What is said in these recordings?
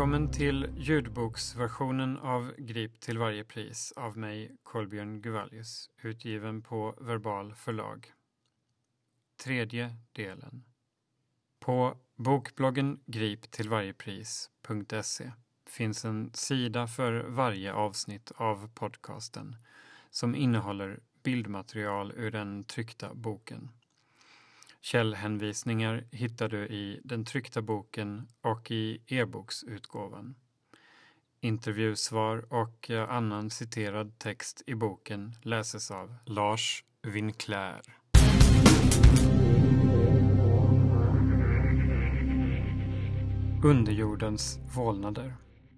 Välkommen till ljudboksversionen av Grip till varje pris av mig, Kolbjörn Guvallius, utgiven på Verbal förlag. Tredje delen. På bokbloggen griptillvarjepris.se finns en sida för varje avsnitt av podcasten som innehåller bildmaterial ur den tryckta boken. Källhänvisningar hittar du i den tryckta boken och i e-boksutgåvan. Intervjusvar och annan citerad text i boken läses av Lars Winclair. Underjordens vålnader.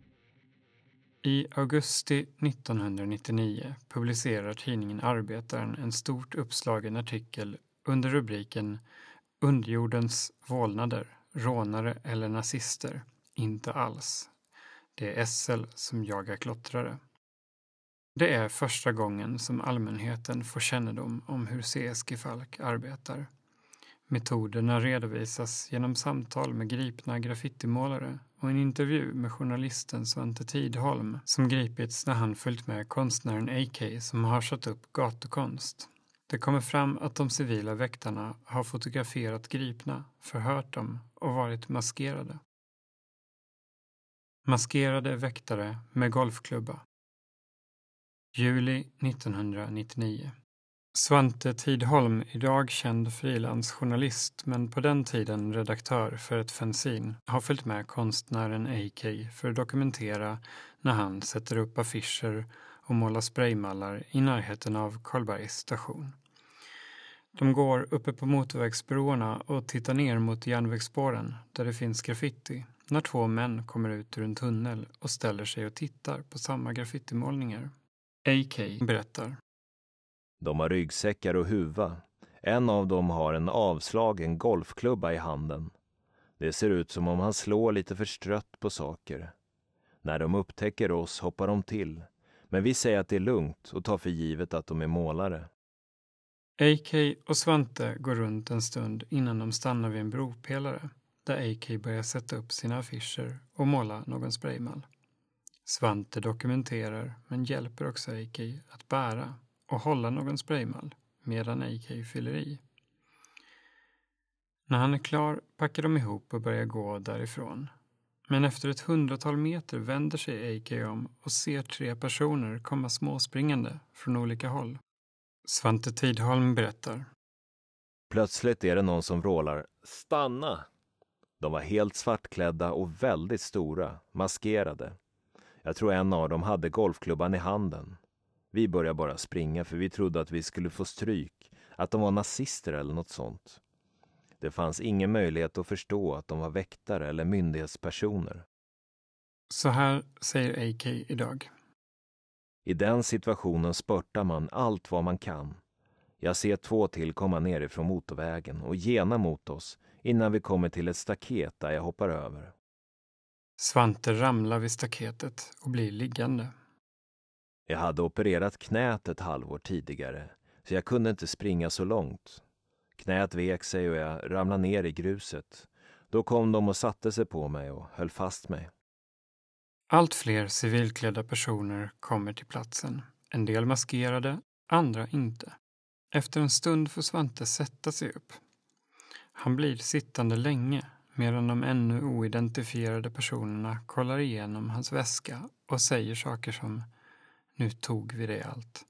I augusti 1999 publicerar tidningen Arbetaren en stort uppslagen artikel under rubriken Underjordens vålnader, rånare eller nazister? Inte alls. Det är SL som jagar klottrare. Det är första gången som allmänheten får kännedom om hur CSG Falk arbetar. Metoderna redovisas genom samtal med gripna graffitimålare och en intervju med journalisten Svante Tidholm som gripits när han följt med konstnären AK som har satt upp gatukonst. Det kommer fram att de civila väktarna har fotograferat gripna, förhört dem och varit maskerade. Maskerade väktare med golfklubba. Juli 1999. Svante Tidholm, idag känd frilansjournalist men på den tiden redaktör för ett fanzine, har följt med konstnären AK för att dokumentera när han sätter upp affischer och målar spraymallar i närheten av Karlbergs station. De går uppe på motorvägsbroarna och tittar ner mot järnvägsspåren där det finns graffiti när två män kommer ut ur en tunnel och ställer sig och tittar på samma graffitimålningar. AK berättar. De har ryggsäckar och huva. En av dem har en avslagen golfklubba i handen. Det ser ut som om han slår lite förstrött på saker. När de upptäcker oss hoppar de till. Men vi säger att det är lugnt och tar för givet att de är målare. AK och Svante går runt en stund innan de stannar vid en bropelare där AK börjar sätta upp sina affischer och måla någon spraymall. Svante dokumenterar men hjälper också AK att bära och hålla någon spraymall medan AK fyller i. När han är klar packar de ihop och börjar gå därifrån. Men efter ett 100-tal meter vänder sig AK om och ser 3 personer komma småspringande från olika håll. Svante Tidholm berättar. Plötsligt är det någon som vrålar stanna. De var helt svartklädda och väldigt stora, maskerade. Jag tror en av dem hade golfklubban i handen. Vi började bara springa för vi trodde att vi skulle få stryk, att de var nazister eller något sånt. Det fanns ingen möjlighet att förstå att de var väktare eller myndighetspersoner. Så här säger AK idag. I den situationen spurtar man allt vad man kan. Jag ser 2 till komma nerifrån motorvägen och gena mot oss innan vi kommer till ett staket där jag hoppar över. Svante ramlar vid staketet och blir liggande. Jag hade opererat knät ett halvår tidigare så jag kunde inte springa så långt. Knät vek sig och jag ramlade ner i gruset. Då kom de och satte sig på mig och höll fast mig. Allt fler civilklädda personer kommer till platsen. En del maskerade, andra inte. Efter en stund får Svante sätta sig upp. Han blir sittande länge medan de ännu oidentifierade personerna kollar igenom hans väska och säger saker som nu tog vi det allt.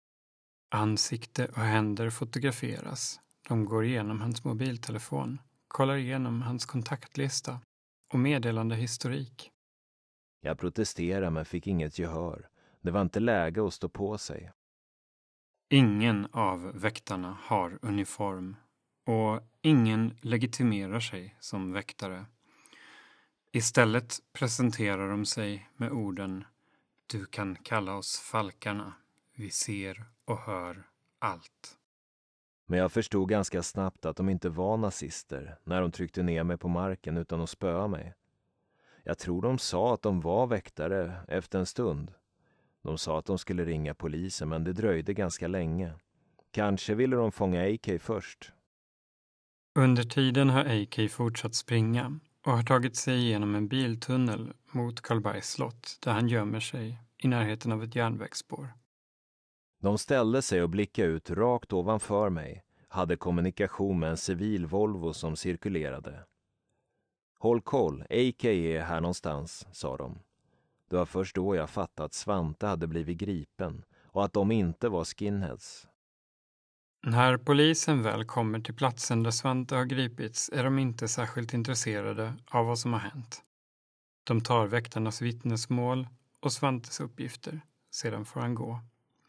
Ansikte och händer fotograferas. De går igenom hans mobiltelefon, kollar igenom hans kontaktlista och meddelande historik. Jag protesterade men fick inget gehör. Det var inte läge att stå på sig. Ingen av väktarna har uniform och ingen legitimerar sig som väktare. Istället presenterar de sig med orden du kan kalla oss falkarna. Vi ser och hör allt. Men jag förstod ganska snabbt att de inte var nazister när de tryckte ner mig på marken utan att spöa mig. Jag tror de sa att de var väktare efter en stund. De sa att de skulle ringa polisen men det dröjde ganska länge. Kanske ville de fånga AK först. Under tiden har AK fortsatt springa och har tagit sig igenom en biltunnel mot Karlbergs slott där han gömmer sig i närheten av ett järnvägsspår. De ställde sig och blickade ut rakt ovanför mig, hade kommunikation med en civil Volvo som cirkulerade. Håll koll, AK är här någonstans, sa de. Det var först då jag fattade att Svante hade blivit gripen och att de inte var skinheads. När polisen väl kommer till platsen där Svante har gripits är de inte särskilt intresserade av vad som har hänt. De tar väktarnas vittnesmål och Svantes uppgifter, sedan får han gå.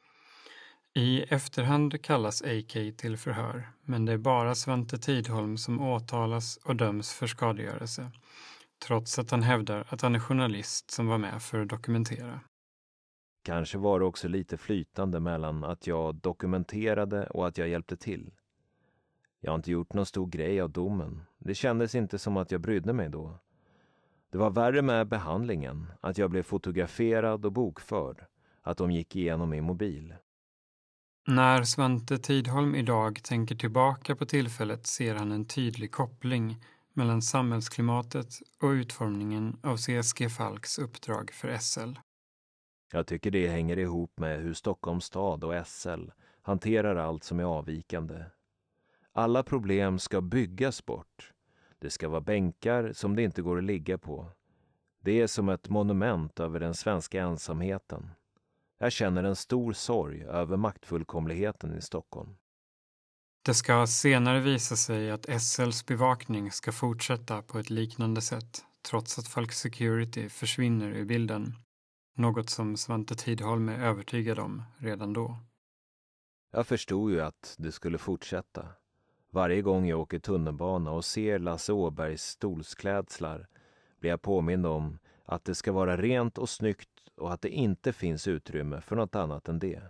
I efterhand kallas AK till förhör, men det är bara Svante Tidholm som åtalas och döms för skadegörelse, trots att han hävdar att han är journalist som var med för att dokumentera. Kanske var det också lite flytande mellan att jag dokumenterade och att jag hjälpte till. Jag har inte gjort någon stor grej av domen. Det kändes inte som att jag brydde mig då. Det var värre med behandlingen, att jag blev fotograferad och bokförd, att de gick igenom min mobil. När Svante Tidholm idag tänker tillbaka på tillfället ser han en tydlig koppling mellan samhällsklimatet och utformningen av CSG Falks uppdrag för SL. Jag tycker det hänger ihop med hur Stockholms stad och SL hanterar allt som är avvikande. Alla problem ska byggas bort. Det ska vara bänkar som det inte går att ligga på. Det är som ett monument över den svenska ensamheten. Jag känner en stor sorg över maktfullkomligheten i Stockholm. Det ska senare visa sig att SLs bevakning ska fortsätta på ett liknande sätt, trots att Falk Security försvinner ur bilden. Något som Svante Tidholm är övertygad om redan då. Jag förstod ju att det skulle fortsätta. Varje gång jag åker tunnelbana och ser Lasse Åbergs stolsklädslar blir jag påmind om att det ska vara rent och snyggt och att det inte finns utrymme för något annat än det.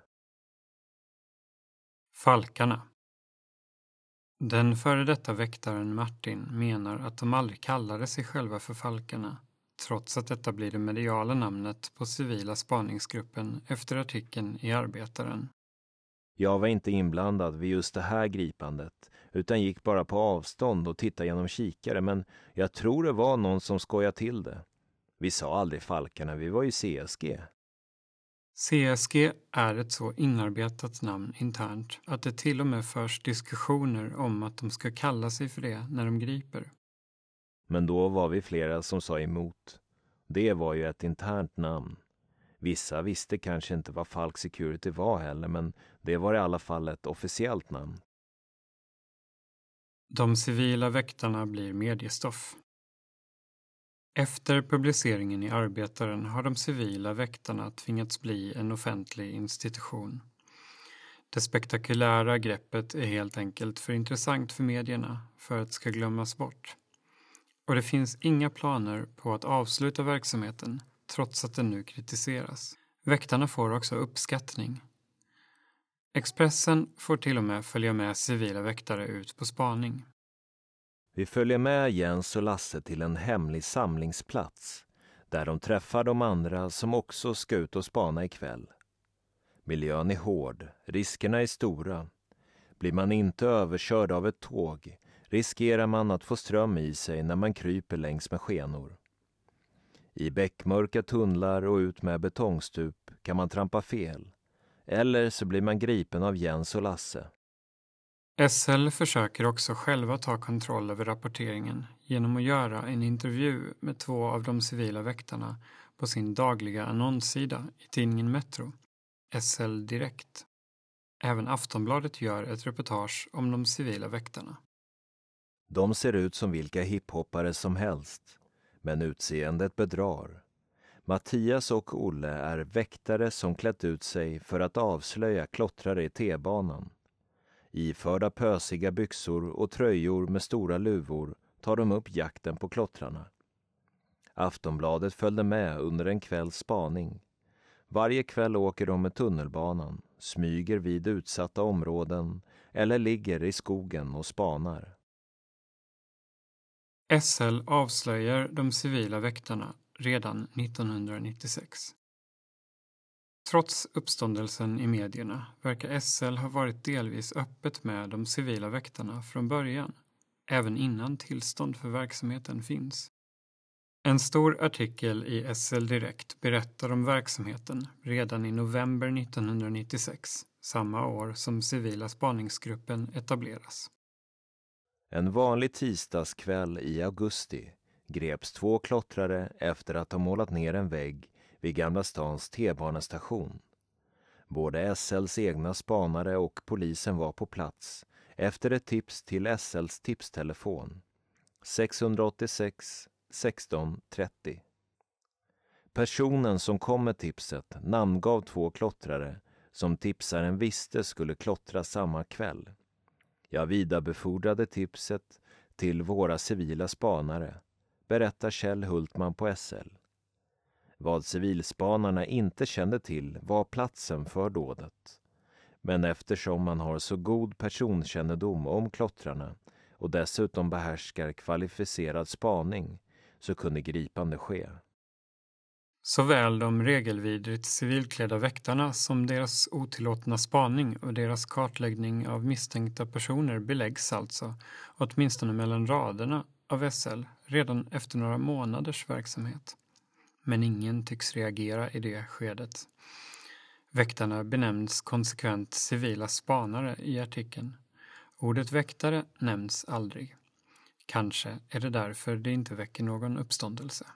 Falkarna. Den före detta väktaren Martin menar att de aldrig kallade sig själva för Falkarna, trots att detta blir det mediala namnet på civila spaningsgruppen efter artikeln i Arbetaren. Jag var inte inblandad vid just det här gripandet utan gick bara på avstånd och tittade genom kikare, men jag tror det var någon som skojade till det. Vi sa aldrig Falkarna, vi var ju CSG. CSG är ett så inarbetat namn internt att det till och med förs diskussioner om att de ska kalla sig för det när de griper. Men då var vi flera som sa emot. Det var ju ett internt namn. Vissa visste kanske inte vad Falk Security var heller, men det var i alla fall ett officiellt namn. De civila väktarna blir mediestoff. Efter publiceringen i Arbetaren har de civila väktarna tvingats bli en offentlig institution. Det spektakulära greppet är helt enkelt för intressant för medierna för att det ska glömmas bort. Och det finns inga planer på att avsluta verksamheten trots att den nu kritiseras. Väktarna får också uppskattning. Expressen får till och med följa med civila väktare ut på spaning. Vi följer med Jens och Lasse till en hemlig samlingsplats där de träffar de andra som också ska ut och spana ikväll. Miljön är hård, riskerna är stora. Blir man inte överkörd av ett tåg riskerar man att få ström i sig när man kryper längs med skenor. I bäckmörka tunnlar och ut med betongstup kan man trampa fel. Eller så blir man gripen av Jens och Lasse. SL försöker också själva ta kontroll över rapporteringen genom att göra en intervju med 2 av de civila väktarna på sin dagliga annonssida i tidningen Metro, SL Direkt. Även Aftonbladet gör ett reportage om de civila väktarna. De ser ut som vilka hiphoppare som helst, men utseendet bedrar. Mattias och Olle är väktare som klätt ut sig för att avslöja klottrare i T-banan. Iförda pösiga byxor och tröjor med stora luvor tar de upp jakten på klottrarna. Aftonbladet följde med under en kvälls spaning. Varje kväll åker de med tunnelbanan, smyger vid utsatta områden eller ligger i skogen och spanar. SL avslöjar de civila väktarna redan 1996. Trots uppståndelsen i medierna verkar SL ha varit delvis öppet med de civila väktarna från början, även innan tillstånd för verksamheten finns. En stor artikel i SL Direkt berättar om verksamheten redan i november 1996, samma år som civila spaningsgruppen etableras. En vanlig tisdagskväll i augusti greps 2 klottrare efter att ha målat ner en vägg vid Gamla stans T-banestation. Både SLs egna spanare och polisen var på plats efter ett tips till SLs tipstelefon 686 16 30. Personen som kom med tipset namngav 2 klottrare som tipsaren visste skulle klottra samma kväll. Jag vidarebefordrade tipset till våra civila spanare, berättar Kjell Hultman på SL. Vad civilspanarna inte kände till var platsen för dådet. Men eftersom man har så god personkännedom om klottrarna och dessutom behärskar kvalificerad spaning så kunde gripande ske. Såväl de regelvidrigt civilklädda väktarna som deras otillåtna spaning och deras kartläggning av misstänkta personer beläggs alltså, åtminstone mellan raderna, av SL redan efter några månaders verksamhet. Men ingen tycks reagera i det skedet. Väktarna benämns konsekvent civila spanare i artikeln. Ordet väktare nämns aldrig. Kanske är det därför det inte väcker någon uppståndelse.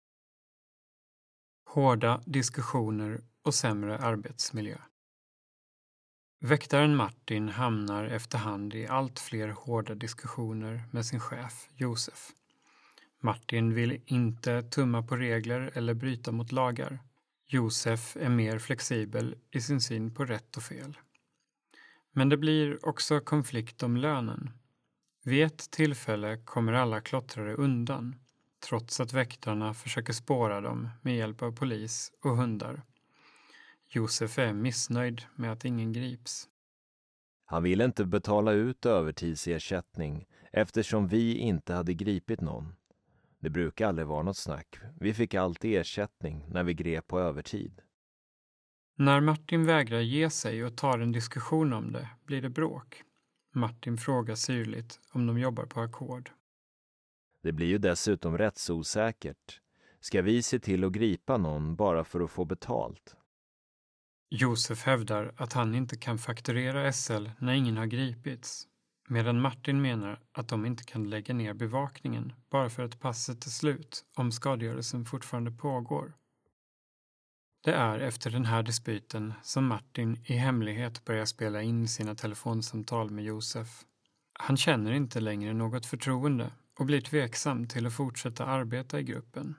Hårda diskussioner och sämre arbetsmiljö. Väktaren Martin hamnar efterhand i allt fler hårda diskussioner med sin chef, Josef. Martin vill inte tumma på regler eller bryta mot lagar. Josef är mer flexibel i sin syn på rätt och fel. Men det blir också konflikt om lönen. Vid ett tillfälle kommer alla klottrare undan, trots att väktarna försöker spåra dem med hjälp av polis och hundar. Josef är missnöjd med att ingen grips. Han ville inte betala ut övertidsersättning eftersom vi inte hade gripit någon. Det brukar aldrig vara något snack. Vi fick alltid ersättning när vi grep på övertid. När Martin vägrar ge sig och tar en diskussion om det blir det bråk. Martin frågar syrligt om de jobbar på ackord. Det blir ju dessutom rättsosäkert. Ska vi se till att gripa någon bara för att få betalt? Josef hävdar att han inte kan fakturera SL när ingen har gripits, medan Martin menar att de inte kan lägga ner bevakningen bara för att passet är slut om skadegörelsen fortfarande pågår. Det är efter den här dispyten som Martin i hemlighet börjar spela in sina telefonsamtal med Josef. Han känner inte längre något förtroende och blir tveksam till att fortsätta arbeta i gruppen.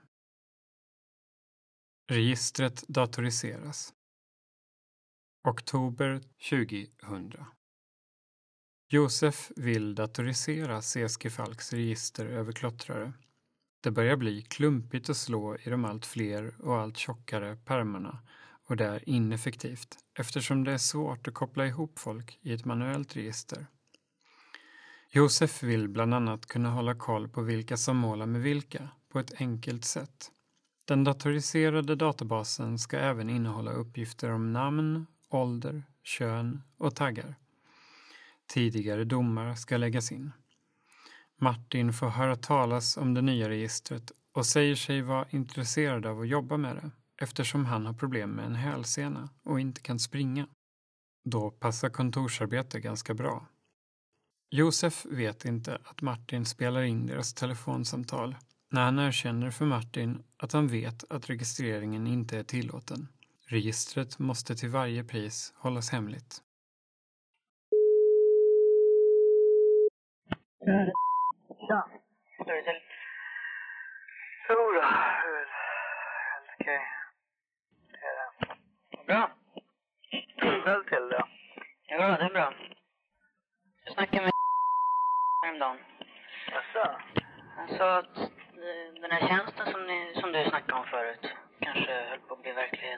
Registret datoriseras. Oktober 2000. Josef vill datorisera CSG Falks register över klottrare. Det börjar bli klumpigt att slå i de allt fler och allt tjockare pärmarna och det är ineffektivt eftersom det är svårt att koppla ihop folk i ett manuellt register. Josef vill bland annat kunna hålla koll på vilka som målar med vilka på ett enkelt sätt. Den datoriserade databasen ska även innehålla uppgifter om namn, ålder, kön och taggar. Tidigare domar ska läggas in. Martin får höra talas om det nya registret och säger sig vara intresserad av att jobba med det eftersom han har problem med en hälsena och inte kan springa. Då passar kontorsarbete ganska bra. Josef vet inte att Martin spelar in deras telefonsamtal när han erkänner för Martin att han vet att registreringen inte är tillåten. Registret måste till varje pris hållas hemligt. Tja. Står det till? Jodå, helt okej. Det är det. Bra. Väl till det. Ja, det är bra. Jag snackade med häromdagen. Jaså? Han sa att den här tjänsten som du snackade om förut kanske höll på att bli verklighet.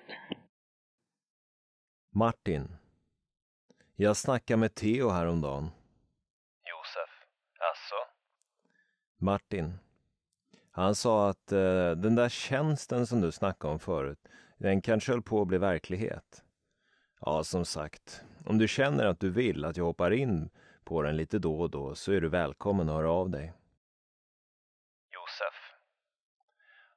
Martin. Jag snackade med Theo häromdagen. Josef. Asså? Martin. Han sa att den där tjänsten som du snackade om förut, den kanske höll på att bli verklighet. Ja, som sagt, om du känner att du vill att jag hoppar in på den lite då och då så är du välkommen att höra av dig. Josef.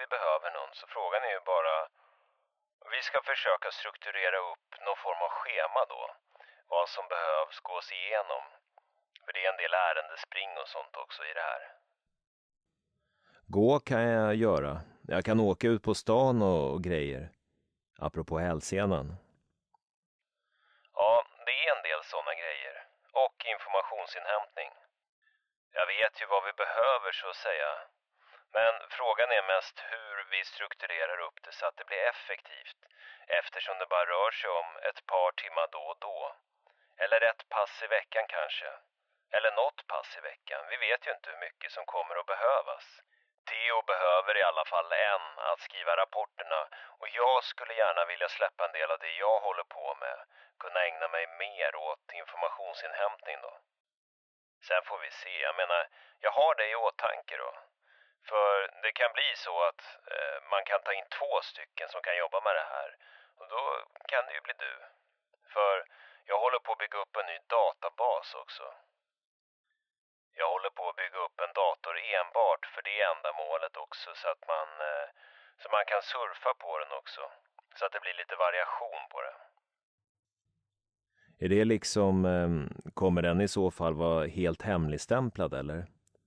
vi behöver någon, så frågan är ju bara... Vi ska försöka strukturera upp någon form av schema då. Vad som behövs gås igenom. För det är en del ärendespring och sånt också i det här. Gå kan jag göra. Jag kan åka ut på stan och grejer. Apropå hälsenan. Ja, det är en del sådana grejer. Och informationsinhämtning. Jag vet ju vad vi behöver så att säga. Men frågan är mest hur vi strukturerar upp det så att det blir effektivt. Eftersom det bara rör sig om ett par timmar då och då. Eller ett pass i veckan kanske. Eller något pass i veckan. Vi vet ju inte hur mycket som kommer att behövas. Theo behöver i alla fall en att skriva rapporterna. Och jag skulle gärna vilja släppa en del av det jag håller på med. Kunna ägna mig mer åt informationsinhämtning då. Sen får vi se. Jag menar, jag har det i åtanke då. För det kan bli så att man kan ta in 2 stycken som kan jobba med det här. Och då kan det ju bli du. För jag håller på att bygga upp en ny databas också. Jag håller på att bygga upp en dator enbart för det ändamålet också. Så man kan surfa på den också. Så att det blir lite variation på det. Är det liksom, kommer den i så fall vara helt hemligstämplad eller?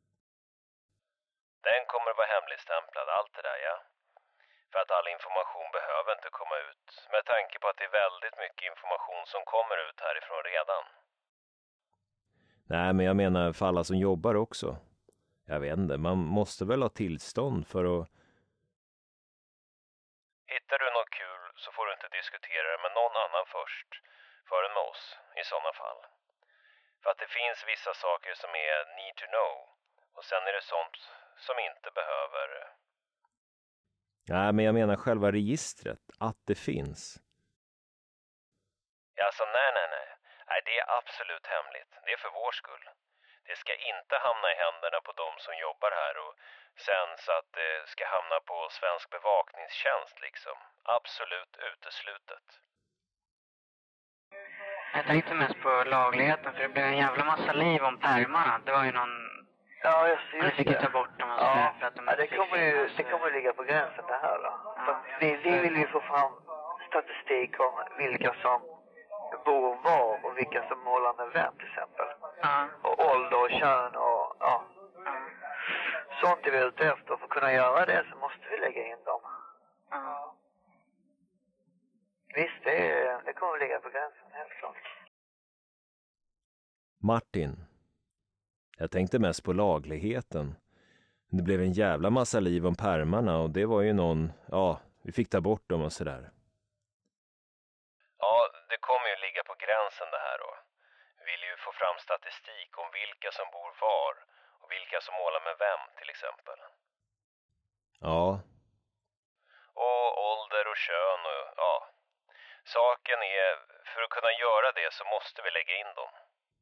Den kommer vara hemligstämplad, allt det där, ja. För att all information behöver inte komma ut. Med tanke på att det är väldigt mycket information som kommer ut härifrån redan. Nej, men jag menar för alla som jobbar också. Jag vet inte, man måste väl ha tillstånd för att... Hittar du något kul så får du inte diskutera det med någon annan först. Förrän med oss, i sådana fall. För att det finns vissa saker som är need to know. Och sen är det sånt som inte behöver... Nej, men jag menar själva registret. Att det finns. Ja, alltså nej. Nej, det är absolut hemligt. Det är för vår skull. Det ska inte hamna i händerna på de som jobbar här. Och sen så att det ska hamna på svensk bevakningstjänst liksom. Absolut uteslutet. Jag tänkte mest på lagligheten, för det blev en jävla massa liv om pärmarna. Det var ju någon... Ja, just Man fick ju ta bort dem och ja. för att de Ja, det kommer ju ligga på gränsen det här då. Ja. Vi vill ju få fram statistik om vilka som bor var och vilka som målar med vem till exempel. Ja. Och ålder och kön och ja. Sånt är vi ute efter. För att kunna göra det så måste vi lägga in dem. Ja. Visst, det kommer att ligga på gränsen, helt klart. Martin. Jag tänkte mest på lagligheten. Det blev en jävla massa liv om pärmarna och det var ju någon... Ja, vi fick ta bort dem och sådär. Ja, det kommer ju ligga på gränsen det här då. Vi vill ju få fram statistik om vilka som bor var och vilka som målar med vem till exempel. Ja. Och ålder och kön och ja. Saken är, för att kunna göra det så måste vi lägga in dem.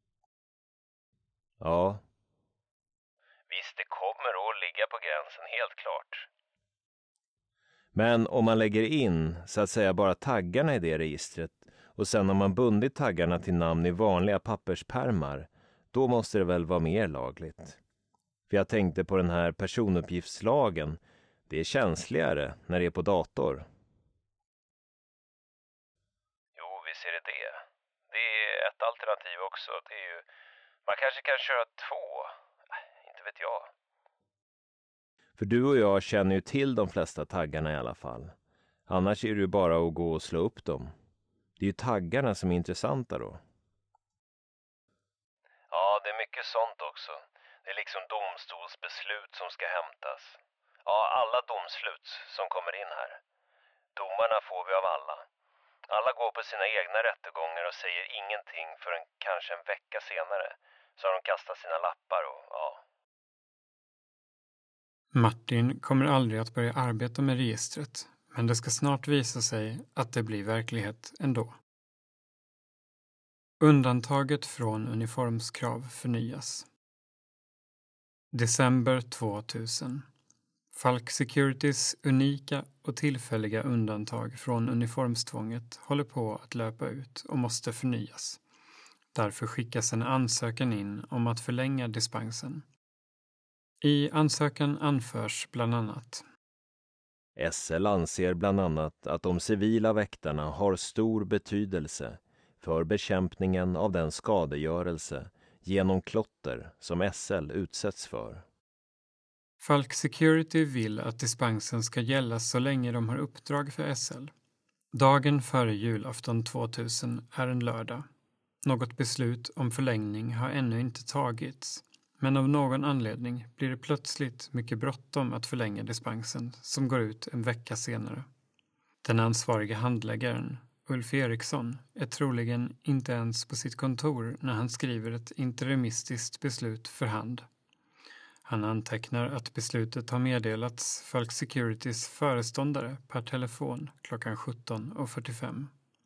Ja. Visst, det kommer att ligga på gränsen, helt klart. Men om man lägger in, så att säga, bara taggarna i det registret och sen har man bundit taggarna till namn i vanliga papperspärmar, då måste det väl vara mer lagligt. För jag tänkte på den här personuppgiftslagen, det är känsligare när det är på dator. Jo, visst är det det. Det är ett alternativ också, det är ju... Man kanske kan köra 2. Inte vet jag. För du och jag känner ju till de flesta taggarna i alla fall. Annars är det ju bara att gå och slå upp dem. Det är ju taggarna som är intressanta då. Ja, det är mycket sånt också. Det är liksom domstolsbeslut som ska hämtas. Ja, alla domslut som kommer in här. Domarna får vi av alla. Alla går på sina egna rättegångar och säger ingenting förrän kanske en vecka senare. Så har de kastat sina lappar och ja. Martin kommer aldrig att börja arbeta med registret, men det ska snart visa sig att det blir verklighet ändå. Undantaget från uniformskrav förnyas. December 2000. Falk Securities unika och tillfälliga undantag från uniformstvånget håller på att löpa ut och måste förnyas. Därför skickas en ansökan in om att förlänga dispensen. I ansökan anförs bland annat: SL anser bland annat att de civila väktarna har stor betydelse för bekämpningen av den skadegörelse genom klotter som SL utsätts för. Falk Security vill att dispensen ska gälla så länge de har uppdrag för SL. Dagen före julafton 2000 är en lördag. Något beslut om förlängning har ännu inte tagits, men av någon anledning blir det plötsligt mycket bråttom att förlänga dispensen som går ut en vecka senare. Den ansvariga handläggaren, Ulf Eriksson, är troligen inte ens på sitt kontor när han skriver ett interimistiskt beslut för hand. Han antecknar att beslutet har meddelats Falk Securities föreståndare per telefon klockan 17:45.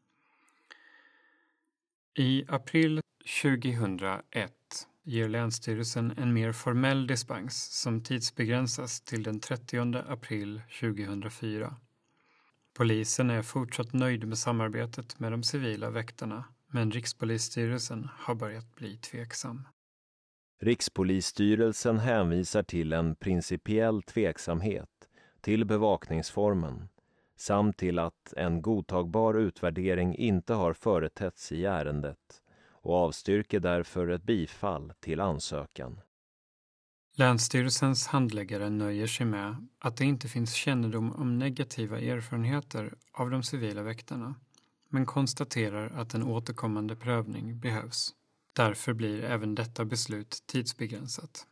I april 2001 ger Länsstyrelsen en mer formell dispens som tidsbegränsas till den 30 april 2004. Polisen är fortsatt nöjd med samarbetet med de civila väktarna, men Rikspolisstyrelsen har börjat bli tveksam. Rikspolisstyrelsen hänvisar till en principiell tveksamhet till bevakningsformen samt till att en godtagbar utvärdering inte har företetts i ärendet och avstyrker därför ett bifall till ansökan. Länsstyrelsens handläggare nöjer sig med att det inte finns kännedom om negativa erfarenheter av de civila väktarna, men konstaterar att en återkommande prövning behövs. Därför blir även detta beslut tidsbegränsat.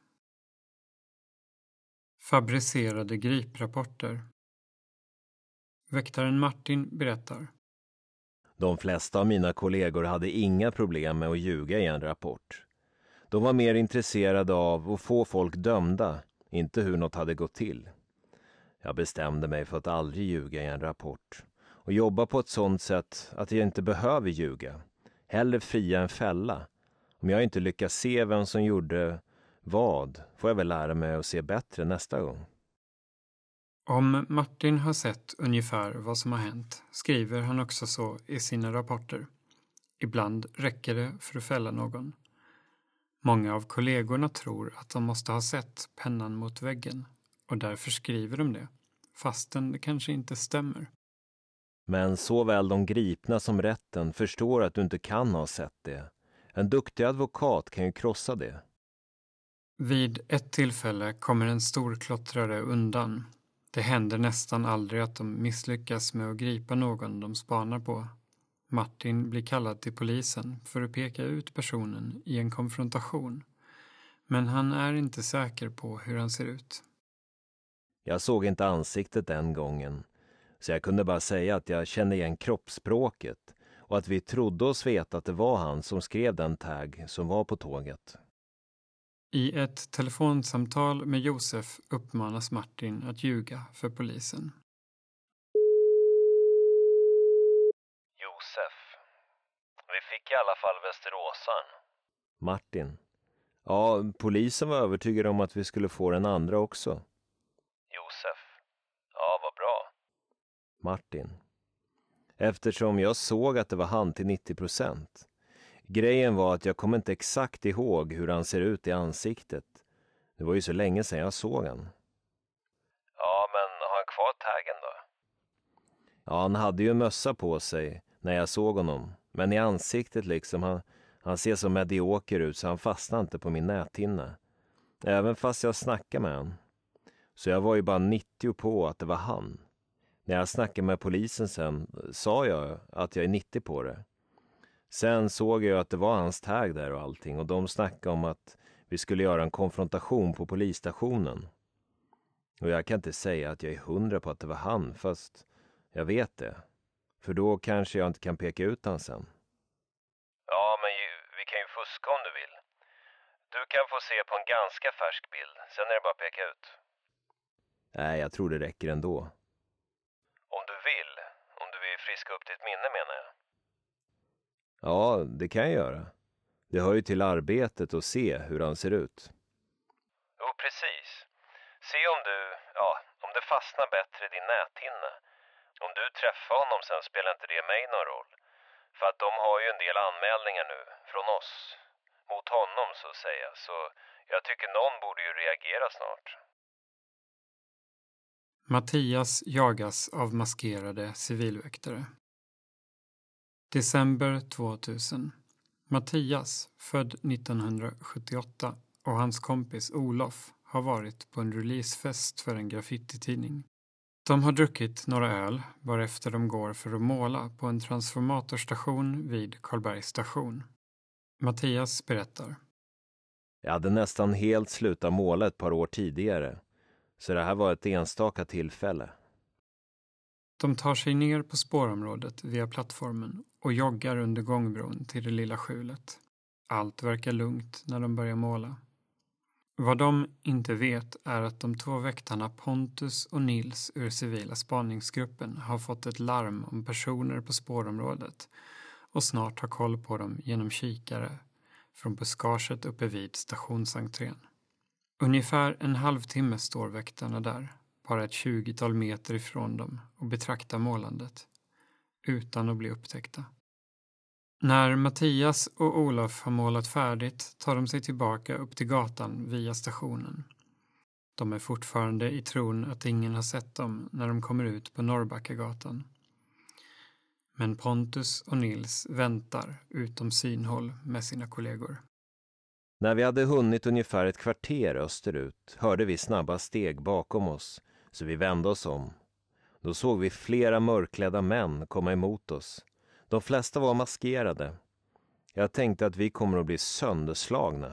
Fabricerade griprapporter. Väktaren Martin berättar. De flesta av mina kollegor hade inga problem med att ljuga i en rapport. De var mer intresserade av att få folk dömda, inte hur något hade gått till. Jag bestämde mig för att aldrig ljuga i en rapport och jobba på ett sådant sätt att jag inte behöver ljuga. Hellre fria än fälla. Om jag inte lyckas se vem som gjorde vad får jag väl lära mig att se bättre nästa gång. Om Martin har sett ungefär vad som har hänt skriver han också så i sina rapporter. Ibland räcker det för att fälla någon. Många av kollegorna tror att de måste ha sett pennan mot väggen och därför skriver de det, fastän det kanske inte stämmer. Men såväl de gripna som rätten förstår att du inte kan ha sett det. En duktig advokat kan ju krossa det. Vid ett tillfälle kommer en stor klottrare undan. Det händer nästan aldrig att de misslyckas med att gripa någon de spanar på. Martin blir kallad till polisen för att peka ut personen i en konfrontation. Men han är inte säker på hur han ser ut. Jag såg inte ansiktet den gången, så jag kunde bara säga att jag kände igen kroppsspråket och att vi trodde oss veta att det var han som skrev den tag som var på tåget. I ett telefonsamtal med Josef uppmanas Martin att ljuga för polisen. Josef. Vi fick i alla fall Västeråsan. Martin. Ja, polisen var övertygad om att vi skulle få den andra också. Josef. Ja, vad bra. Martin. Eftersom jag såg att det var han till 90%. Grejen var att jag kommer inte exakt ihåg hur han ser ut i ansiktet. Det var ju så länge sedan jag såg han. Ja, men har han kvar taggen då? Ja, han hade ju en mössa på sig när jag såg honom. Men i ansiktet liksom, han ser så medioker ut så han fastnade inte på min näthinna. Även fast jag snackade med han. Så jag var ju bara 90 på att det var han. När jag snackade med polisen sen sa jag att jag är 90 på det. Sen såg jag att det var hans tag där och allting och de snackade om att vi skulle göra en konfrontation på polisstationen. Och jag kan inte säga att jag är 100 på att det var han, fast jag vet det. För då kanske jag inte kan peka ut han sen. Ja, men vi kan ju fuska om du vill. Du kan få se på en ganska färsk bild, sen är det bara att peka ut. Nej, jag tror det räcker ändå. Om du vill friska upp ditt minne menar jag. Ja, det kan jag göra. Det hör ju till arbetet att se hur han ser ut. Jo, precis. Se om det fastnar bättre i din näthinna. Om du träffar honom sen spelar inte det mig någon roll. För att de har ju en del anmälningar nu, från oss. Mot honom så att säga. Så jag tycker någon borde ju reagera snart. Mattias jagas av maskerade civilväktare. December 2000. Mattias, född 1978, och hans kompis Olof har varit på en releasefest för en graffititidning. De har druckit några öl, varefter de går för att måla på en transformatorstation vid Karlbergs station. Mattias berättar. Jag hade nästan helt slutat måla ett par år tidigare, så det här var ett enstaka tillfälle. De tar sig ner på spårområdet via plattformen och joggar under gångbron till det lilla skjulet. Allt verkar lugnt när de börjar måla. Vad de inte vet är att de två väktarna Pontus och Nils ur civila spaningsgruppen har fått ett larm om personer på spårområdet och snart har koll på dem genom kikare från buskaget uppe vid stationsentrén. Ungefär en halvtimme står väktarna där, bara ett 20-tal meter ifrån dem, och betraktar målandet, utan att bli upptäckta. När Mattias och Olof har målat färdigt tar de sig tillbaka upp till gatan via stationen. De är fortfarande i tron att ingen har sett dem när de kommer ut på Norrbackagatan. Men Pontus och Nils väntar utom synhåll med sina kollegor. När vi hade hunnit ungefär ett kvarter österut hörde vi snabba steg bakom oss, så vi vände oss om. Då såg vi flera mörkklädda män komma emot oss. De flesta var maskerade. Jag tänkte att vi kommer att bli sönderslagna.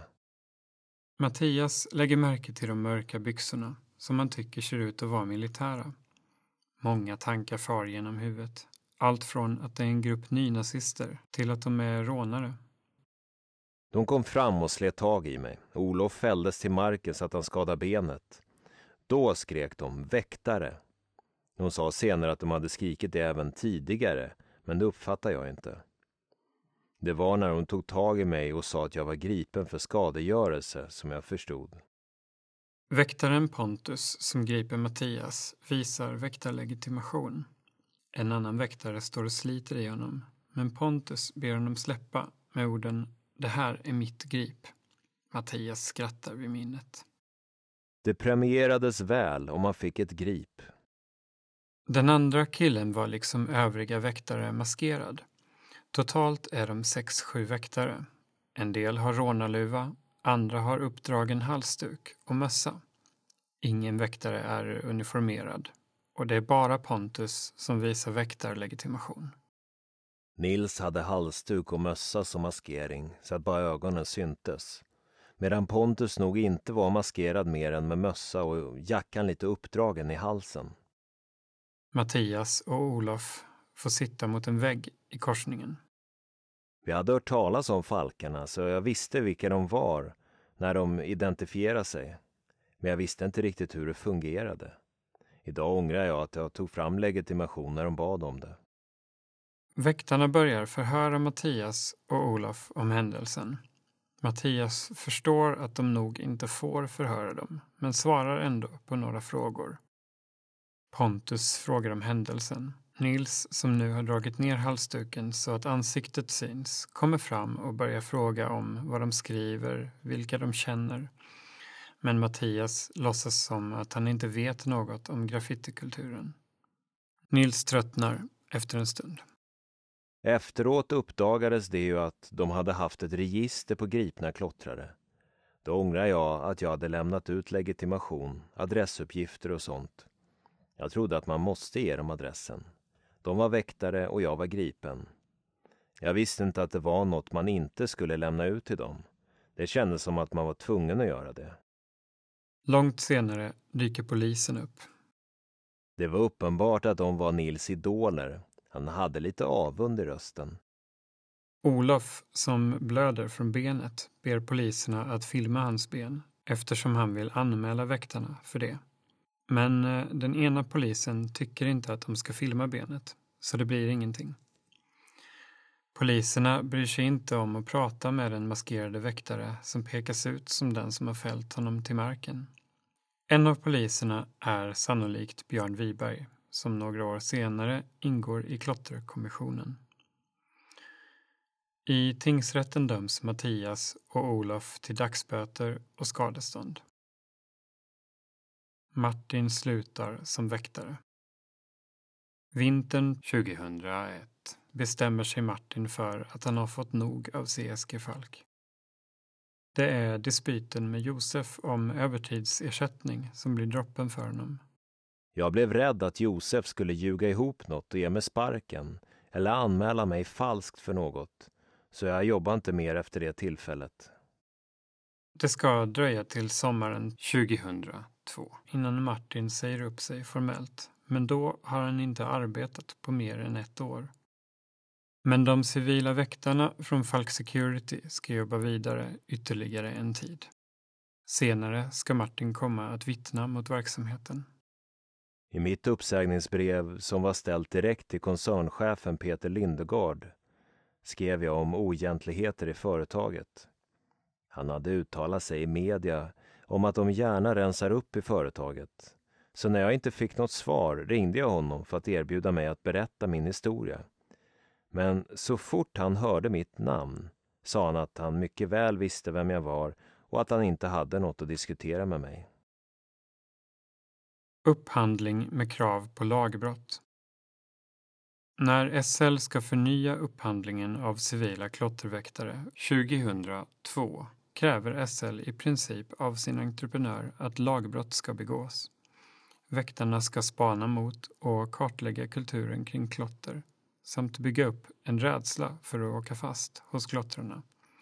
Mattias lägger märke till de mörka byxorna som man tycker ser ut att vara militära. Många tankar far genom huvudet. Allt från att det är en grupp nynazister till att de är rånare. De kom fram och slet tag i mig. Olof fälldes till marken så att han skadade benet. Då skrek de väktare. De sa senare att de hade skrikit det även tidigare, men det uppfattar jag inte. Det var när de tog tag i mig och sa att jag var gripen för skadegörelse som jag förstod. Väktaren Pontus som griper Mattias visar väktarlegitimation. En annan väktare står och sliter i honom, men Pontus ber honom släppa med orden "Det här är mitt grip". Mattias skrattar vid minnet. Det premierades väl om man fick ett grip. Den andra killen var liksom övriga väktare maskerad. Totalt är de 6-7 väktare. En del har rånarluva, andra har uppdragen halsduk och mössa. Ingen väktare är uniformerad och det är bara Pontus som visar väktarlegitimation. Nils hade halsduk och mössa som maskering så att bara ögonen syntes. Medan Pontus nog inte var maskerad mer än med mössa och jackan lite uppdragen i halsen. Mattias och Olof får sitta mot en vägg i korsningen. Vi hade hört talas om falkarna så jag visste vilka de var när de identifierade sig. Men jag visste inte riktigt hur det fungerade. Idag ångrar jag att jag tog fram legitimation när de bad om det. Väktarna börjar förhöra Mattias och Olof om händelsen. Mattias förstår att de nog inte får förhöra dem, men svarar ändå på några frågor. Pontus frågar om händelsen. Nils, som nu har dragit ner halsduken så att ansiktet syns, kommer fram och börjar fråga om vad de skriver, vilka de känner. Men Mattias låtsas som att han inte vet något om graffitikulturen. Nils tröttnar efter en stund. Efteråt uppdagades det ju att de hade haft ett register på gripna klottrare. Då ångrar jag att jag hade lämnat ut legitimation, adressuppgifter och sånt. Jag trodde att man måste ge dem adressen. De var väktare och jag var gripen. Jag visste inte att det var något man inte skulle lämna ut till dem. Det kändes som att man var tvungen att göra det. Långt senare dyker polisen upp. Det var uppenbart att de var Nils idoler. Han hade lite avund i rösten. Olof, som blöder från benet, ber poliserna att filma hans ben eftersom han vill anmäla väktarna för det. Men den ena polisen tycker inte att de ska filma benet, så det blir ingenting. Poliserna bryr sig inte om att prata med den maskerade väktare som pekas ut som den som har fällt honom till marken. En av poliserna är sannolikt Björn Wiberg, som några år senare ingår i klotterkommissionen. I tingsrätten döms Mattias och Olof till dagsböter och skadestånd. Martin slutar som väktare. Vintern 2001 bestämmer sig Martin för att han har fått nog av CSG Falk. Det är dispyten med Josef om övertidsersättning som blir droppen för honom. Jag blev rädd att Josef skulle ljuga ihop något och ge mig sparken eller anmäla mig falskt för något, så jag jobbar inte mer efter det tillfället. Det ska dröja till sommaren 2002 innan Martin säger upp sig formellt, men då har han inte arbetat på mer än 1 år. Men de civila väktarna från Falk Security ska jobba vidare ytterligare en tid. Senare ska Martin komma att vittna mot verksamheten. I mitt uppsägningsbrev, som var ställt direkt till koncernchefen Peter Lindegård, skrev jag om oegentligheter i företaget. Han hade uttalat sig i media om att de gärna rensar upp i företaget. Så när jag inte fick något svar ringde jag honom för att erbjuda mig att berätta min historia. Men så fort han hörde mitt namn sa han att han mycket väl visste vem jag var och att han inte hade något att diskutera med mig. Upphandling med krav på lagbrott. När SL ska förnya upphandlingen av civila klotterväktare 2002 kräver SL i princip av sin entreprenör att lagbrott ska begås. Väktarna ska spana mot och kartlägga kulturen kring klotter samt bygga upp en rädsla för att åka fast hos klottrarna.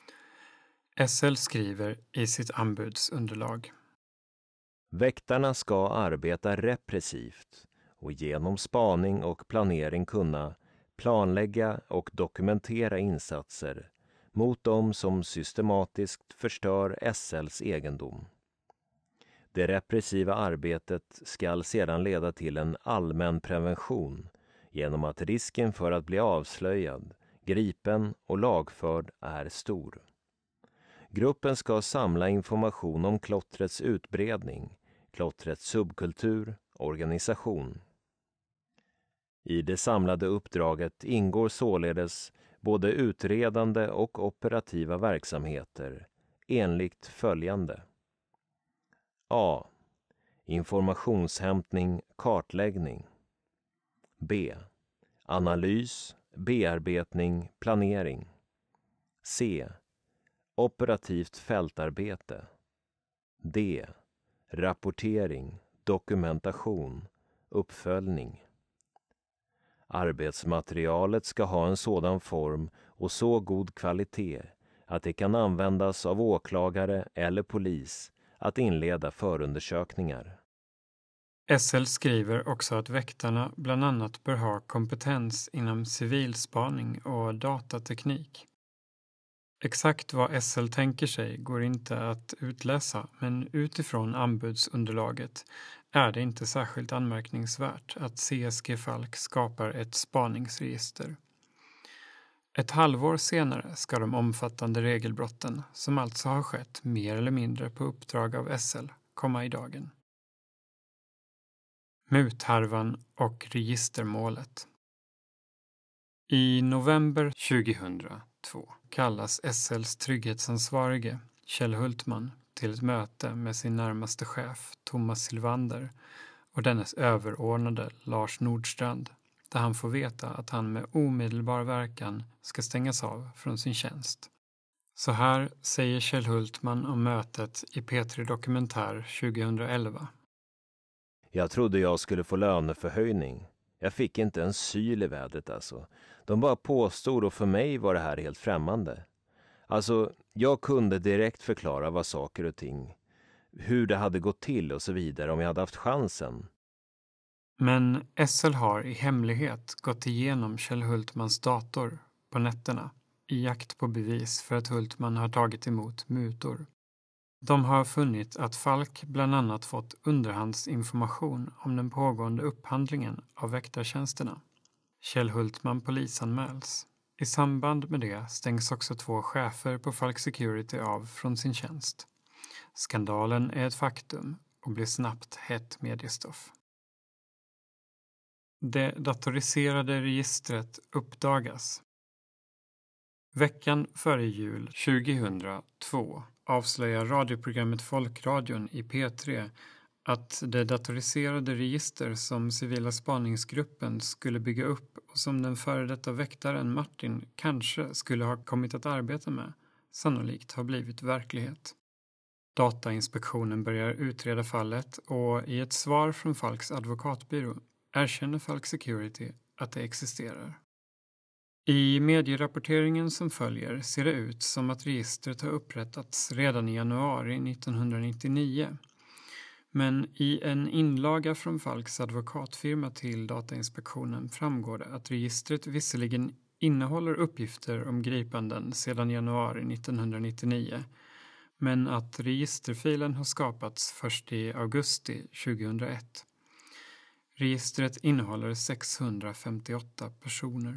SL skriver i sitt anbudsunderlag: Väktarna ska arbeta repressivt och genom spaning och planering kunna planlägga och dokumentera insatser mot dem som systematiskt förstör SLs egendom. Det repressiva arbetet ska sedan leda till en allmän prevention genom att risken för att bli avslöjad, gripen och lagförd är stor. Gruppen ska samla information om klottrets utbredning, klottrets subkultur, organisation. I det samlade uppdraget ingår således både utredande och operativa verksamheter enligt följande: A. Informationshämtning, kartläggning. B. Analys, bearbetning, planering. C. Operativt fältarbete. D. Rapportering, dokumentation, uppföljning. Arbetsmaterialet ska ha en sådan form och så god kvalitet att det kan användas av åklagare eller polis att inleda förundersökningar. SL skriver också att väktarna bland annat bör ha kompetens inom civilspaning och datateknik. Exakt vad SL tänker sig går inte att utläsa, men utifrån anbudsunderlaget är det inte särskilt anmärkningsvärt att CSG Falk skapar ett spaningsregister. Ett halvår senare ska de omfattande regelbrotten, som alltså har skett mer eller mindre på uppdrag av SL, komma i dagen. Muthärvan och registermålet. I november 2002 kallas SLs trygghetsansvarige Kjell Hultman till ett möte med sin närmaste chef Thomas Silvander och dennes överordnade Lars Nordstrand, där han får veta att han med omedelbar verkan ska stängas av från sin tjänst. Så här säger Kjell Hultman om mötet i P3 Dokumentär 2011. Jag trodde jag skulle få löneförhöjning. Jag fick inte en syl i vädret alltså. De bara påstod och för mig var det här helt främmande. Alltså, jag kunde direkt förklara vad saker och ting, hur det hade gått till och så vidare om jag hade haft chansen. Men SL har i hemlighet gått igenom Kjell Hultmans dator på nätterna i jakt på bevis för att Hultman har tagit emot mutor. De har funnit att Falk bland annat fått underhandsinformation om den pågående upphandlingen av väktartjänsterna. Kjell Hultman polisanmäls. I samband med det stängs också 2 chefer på Falk Security av från sin tjänst. Skandalen är ett faktum och blir snabbt hett mediestoff. Det datoriserade registret uppdagas. Veckan före jul 2002 avslöjar radioprogrammet Folkradion i P3 att det datoriserade register som civila spaningsgruppen skulle bygga upp och som den före detta väktaren Martin kanske skulle ha kommit att arbeta med sannolikt har blivit verklighet. Datainspektionen börjar utreda fallet och i ett svar från Falks advokatbyrå erkänner Falk Security att det existerar. I medierapporteringen som följer ser det ut som att registret har upprättats redan i januari 1999. Men i en inlaga från Falks advokatfirma till Datainspektionen framgår det att registret visserligen innehåller uppgifter om gripanden sedan januari 1999, men att registerfilen har skapats först i augusti 2001. Registret innehåller 658 personer.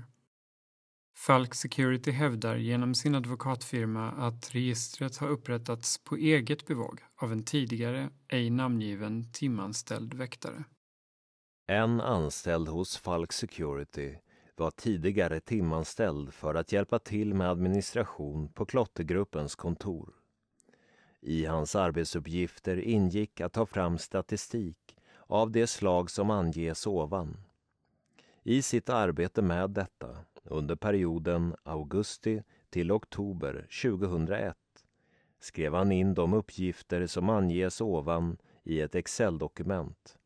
Falk Security hävdar genom sin advokatfirma att registret har upprättats på eget bevåg av en tidigare ej namngiven timanställd väktare. En anställd hos Falk Security var tidigare timanställd för att hjälpa till med administration på klottergruppens kontor. I hans arbetsuppgifter ingick att ta fram statistik av det slag som anges ovan. I sitt arbete med detta, under perioden augusti till oktober 2001, skrev han in de uppgifter som anges ovan i ett Excel-dokument.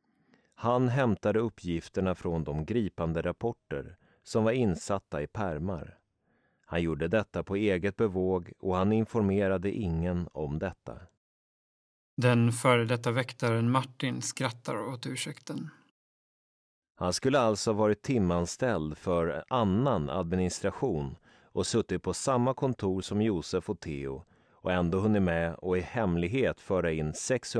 Han hämtade uppgifterna från de gripande rapporter som var insatta i pärmar. Han gjorde detta på eget bevåg och han informerade ingen om detta. Den före detta väktaren Martin skrattar åt ursäkten. Han skulle alltså ha varit timanställd för annan administration och suttit på samma kontor som Josef och Theo och ändå hunnit med och i hemlighet föra in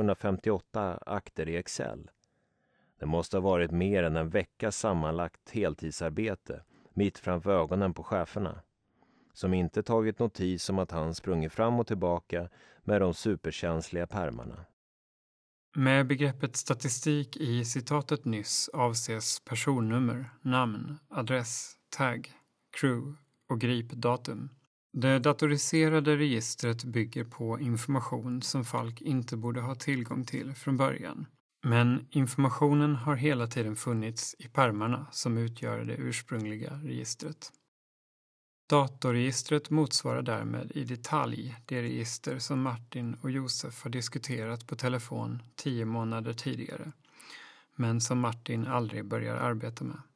658 akter i Excel. Det måste ha varit mer än en veckas sammanlagt heltidsarbete mitt framför ögonen på cheferna, som inte tagit notis om att han sprungit fram och tillbaka med de superkänsliga pärmarna. Med begreppet statistik i citatet nyss avses personnummer, namn, adress, tag, crew och gripdatum. Det datoriserade registret bygger på information som Falk inte borde ha tillgång till från början. Men informationen har hela tiden funnits i pärmarna som utgör det ursprungliga registret. Datorregistret motsvarar därmed i detalj det register som Martin och Josef har diskuterat på telefon 10 månader tidigare, men som Martin aldrig börjar arbeta med.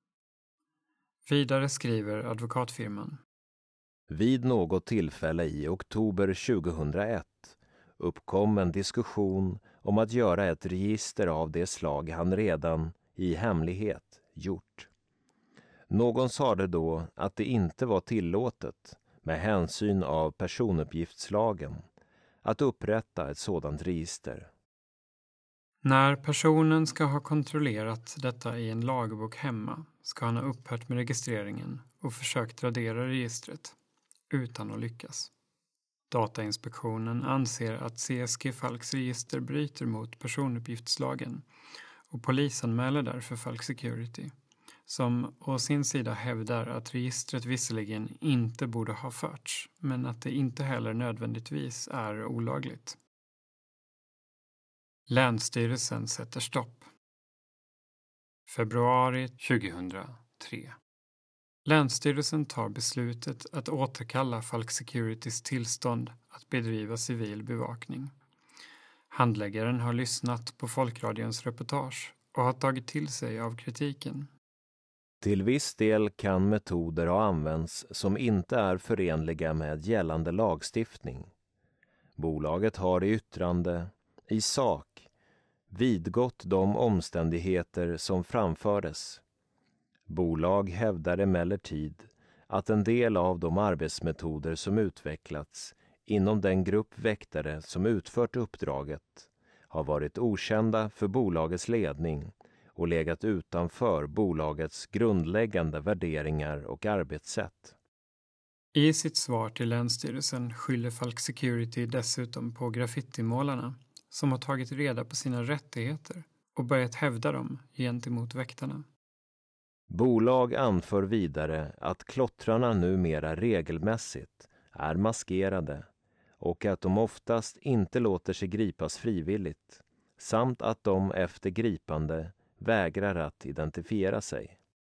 Vidare skriver advokatfirman. Vid något tillfälle i oktober 2001 uppkom en diskussion om att göra ett register av det slag han redan i hemlighet gjort. Någon sade då att det inte var tillåtet, med hänsyn av personuppgiftslagen, att upprätta ett sådant register. När personen ska ha kontrollerat detta i en lagbok hemma ska han ha upphört med registreringen och försökt radera registret, utan att lyckas. Datainspektionen anser att CSG Falks register bryter mot personuppgiftslagen och polisanmäler därför Falk Security, som å sin sida hävdar att registret visserligen inte borde ha förts, men att det inte heller nödvändigtvis är olagligt. Länsstyrelsen sätter stopp. Februari 2003. Länsstyrelsen tar beslutet att återkalla Falk Securitys tillstånd att bedriva civil bevakning. Handläggaren har lyssnat på Folkradions reportage och har tagit till sig av kritiken. Till viss del kan metoder ha använts som inte är förenliga med gällande lagstiftning. Bolaget har i yttrande, i sak, vidgått de omständigheter som framfördes. Bolag hävdar emellertid att en del av de arbetsmetoder som utvecklats inom den grupp väktare som utfört uppdraget har varit okända för bolagets ledning och legat utanför bolagets grundläggande värderingar och arbetssätt. I sitt svar till Länsstyrelsen skyller Falk Security dessutom på graffitimålarna som har tagit reda på sina rättigheter och börjat hävda dem gentemot väktarna. Bolag anför vidare att klottrarna numera regelmässigt är maskerade och att de oftast inte låter sig gripas frivilligt samt att de efter gripande vägrar att identifiera sig.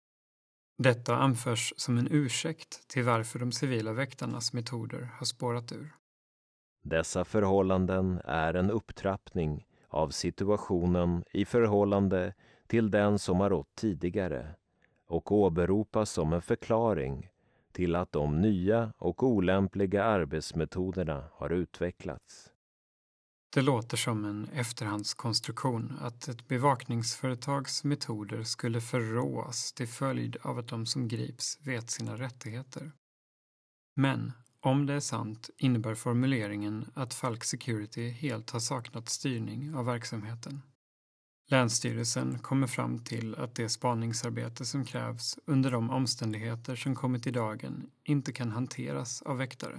Detta anförs som en ursäkt till varför de civila väktarnas metoder har spårat ur. Dessa förhållanden är en upptrappning av situationen i förhållande till den som har rått tidigare och åberopas som en förklaring till att de nya och olämpliga arbetsmetoderna har utvecklats. Det låter som en efterhandskonstruktion att ett bevakningsföretags metoder skulle förråas till följd av att de som grips vet sina rättigheter. Men om det är sant innebär formuleringen att Falck Security helt har saknat styrning av verksamheten. Länsstyrelsen kommer fram till att det spaningsarbete som krävs under de omständigheter som kommit i dagen inte kan hanteras av väktare.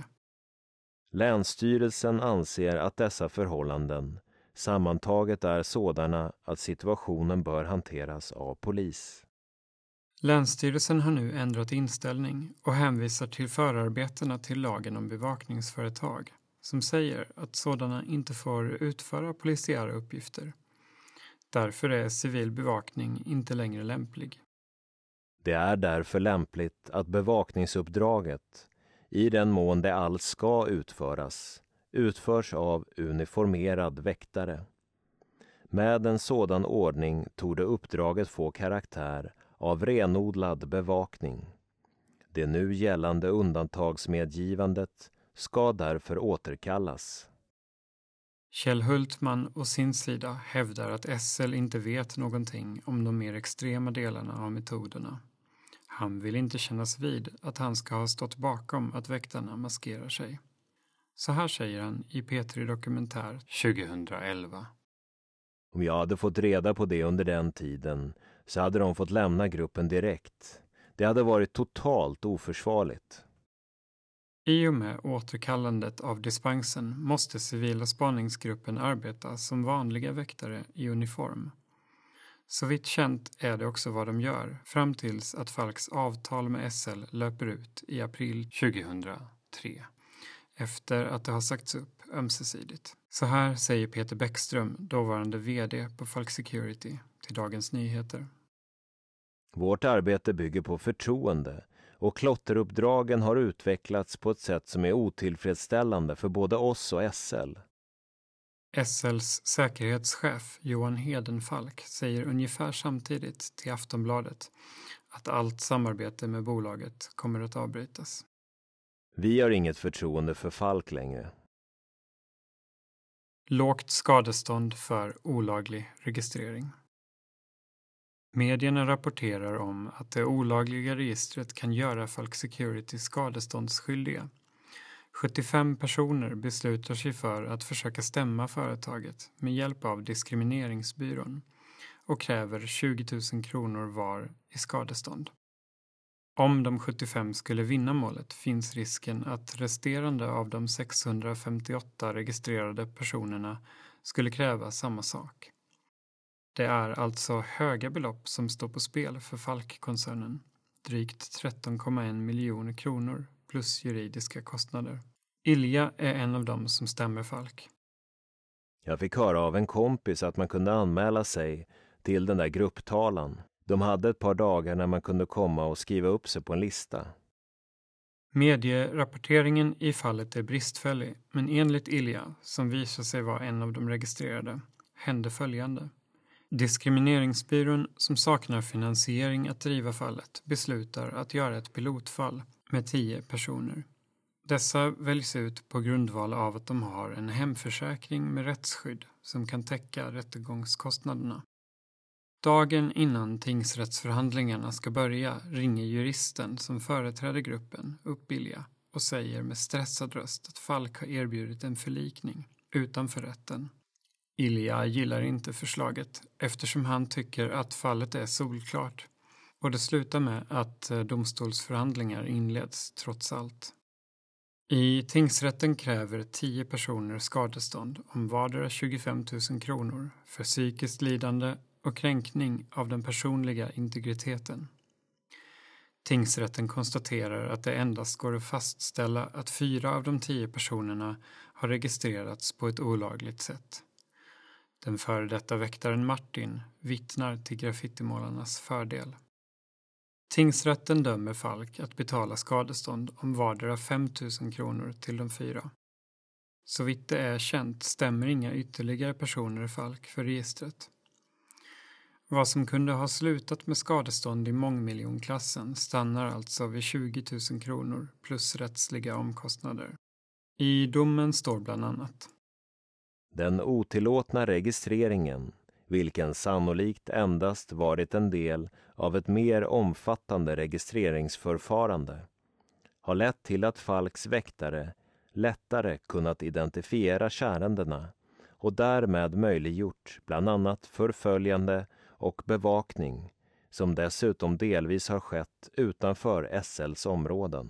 Länsstyrelsen anser att dessa förhållanden sammantaget är sådana att situationen bör hanteras av polis. Länsstyrelsen har nu ändrat inställning och hänvisar till förarbetena till lagen om bevakningsföretag som säger att sådana inte får utföra polisiära uppgifter. Därför är civil bevakning inte längre lämplig. Det är därför lämpligt att bevakningsuppdraget, i den mån det alls ska utföras, utförs av uniformerad väktare. Med en sådan ordning torde uppdraget få karaktär av renodlad bevakning. Det nu gällande undantagsmedgivandet ska därför återkallas. Kjell Hultman å sin sida hävdar att SL inte vet någonting om de mer extrema delarna av metoderna. Han vill inte kännas vid att han ska ha stått bakom att väktarna maskerar sig. Så här säger han i P3 Dokumentär 2011. Om jag hade fått reda på det under den tiden så hade de fått lämna gruppen direkt. Det hade varit totalt oförsvarligt. I och med återkallandet av dispensen måste civila spaningsgruppen arbeta som vanliga väktare i uniform. Så vitt känt är det också vad de gör fram tills att Falcks avtal med SL löper ut i april 2003 efter att det har sagts upp ömsesidigt. Så här säger Peter Bäckström, dåvarande vd på Falck Security, till Dagens Nyheter. Vårt arbete bygger på förtroende och klotteruppdragen har utvecklats på ett sätt som är otillfredsställande för både oss och SL. SLs säkerhetschef Johan Hedenfalk säger ungefär samtidigt till Aftonbladet att allt samarbete med bolaget kommer att avbrytas. Vi har inget förtroende för Falck längre. Lågt skadestånd för olaglig registrering. Medierna rapporterar om att det olagliga registret kan göra Falck Security skadeståndsskyldiga. 75 personer beslutar sig för att försöka stämma företaget med hjälp av diskrimineringsbyrån och kräver 20 000 kronor var i skadestånd. Om de 75 skulle vinna målet finns risken att resterande av de 658 registrerade personerna skulle kräva samma sak. Det är alltså höga belopp som står på spel för Falck-koncernen, drygt 13,1 miljoner kronor plus juridiska kostnader. Ilja är en av dem som stämmer Falck. Jag fick höra av en kompis att man kunde anmäla sig till den där grupptalan. De hade ett par dagar när man kunde komma och skriva upp sig på en lista. Medierapporteringen i fallet är bristfällig, men enligt Ilja, som visar sig vara en av de registrerade, hände följande. Diskrimineringsbyrån, som saknar finansiering att driva fallet, beslutar att göra ett pilotfall med 10 personer. Dessa väljs ut på grundval av att de har en hemförsäkring med rättsskydd som kan täcka rättegångskostnaderna. Dagen innan tingsrättsförhandlingarna ska börja ringer juristen som företräder gruppen upp Ilja och säger med stressad röst att Falck har erbjudit en förlikning utanför rätten. Ilja gillar inte förslaget eftersom han tycker att fallet är solklart och det slutar med att domstolsförhandlingar inleds trots allt. I tingsrätten kräver 10 personer skadestånd om vardera 25 000 kronor för psykiskt lidande och kränkning av den personliga integriteten. Tingsrätten konstaterar att det endast går att fastställa att 4 av de 10 personerna har registrerats på ett olagligt sätt. Den före detta väktaren Martin vittnar till graffitimålarnas fördel. Tingsrätten dömer Falk att betala skadestånd om vardera 5 000 kronor till de 4. Så vitt det är känt stämmer inga ytterligare personer i Falk för registret. Vad som kunde ha slutat med skadestånd i mångmiljonklassen stannar alltså vid 20 000 kronor plus rättsliga omkostnader. I domen står bland annat: Den otillåtna registreringen, vilken sannolikt endast varit en del av ett mer omfattande registreringsförfarande, har lett till att Falks väktare lättare kunnat identifiera kärandena och därmed möjliggjort bland annat förföljande och bevakning som dessutom delvis har skett utanför SLs områden.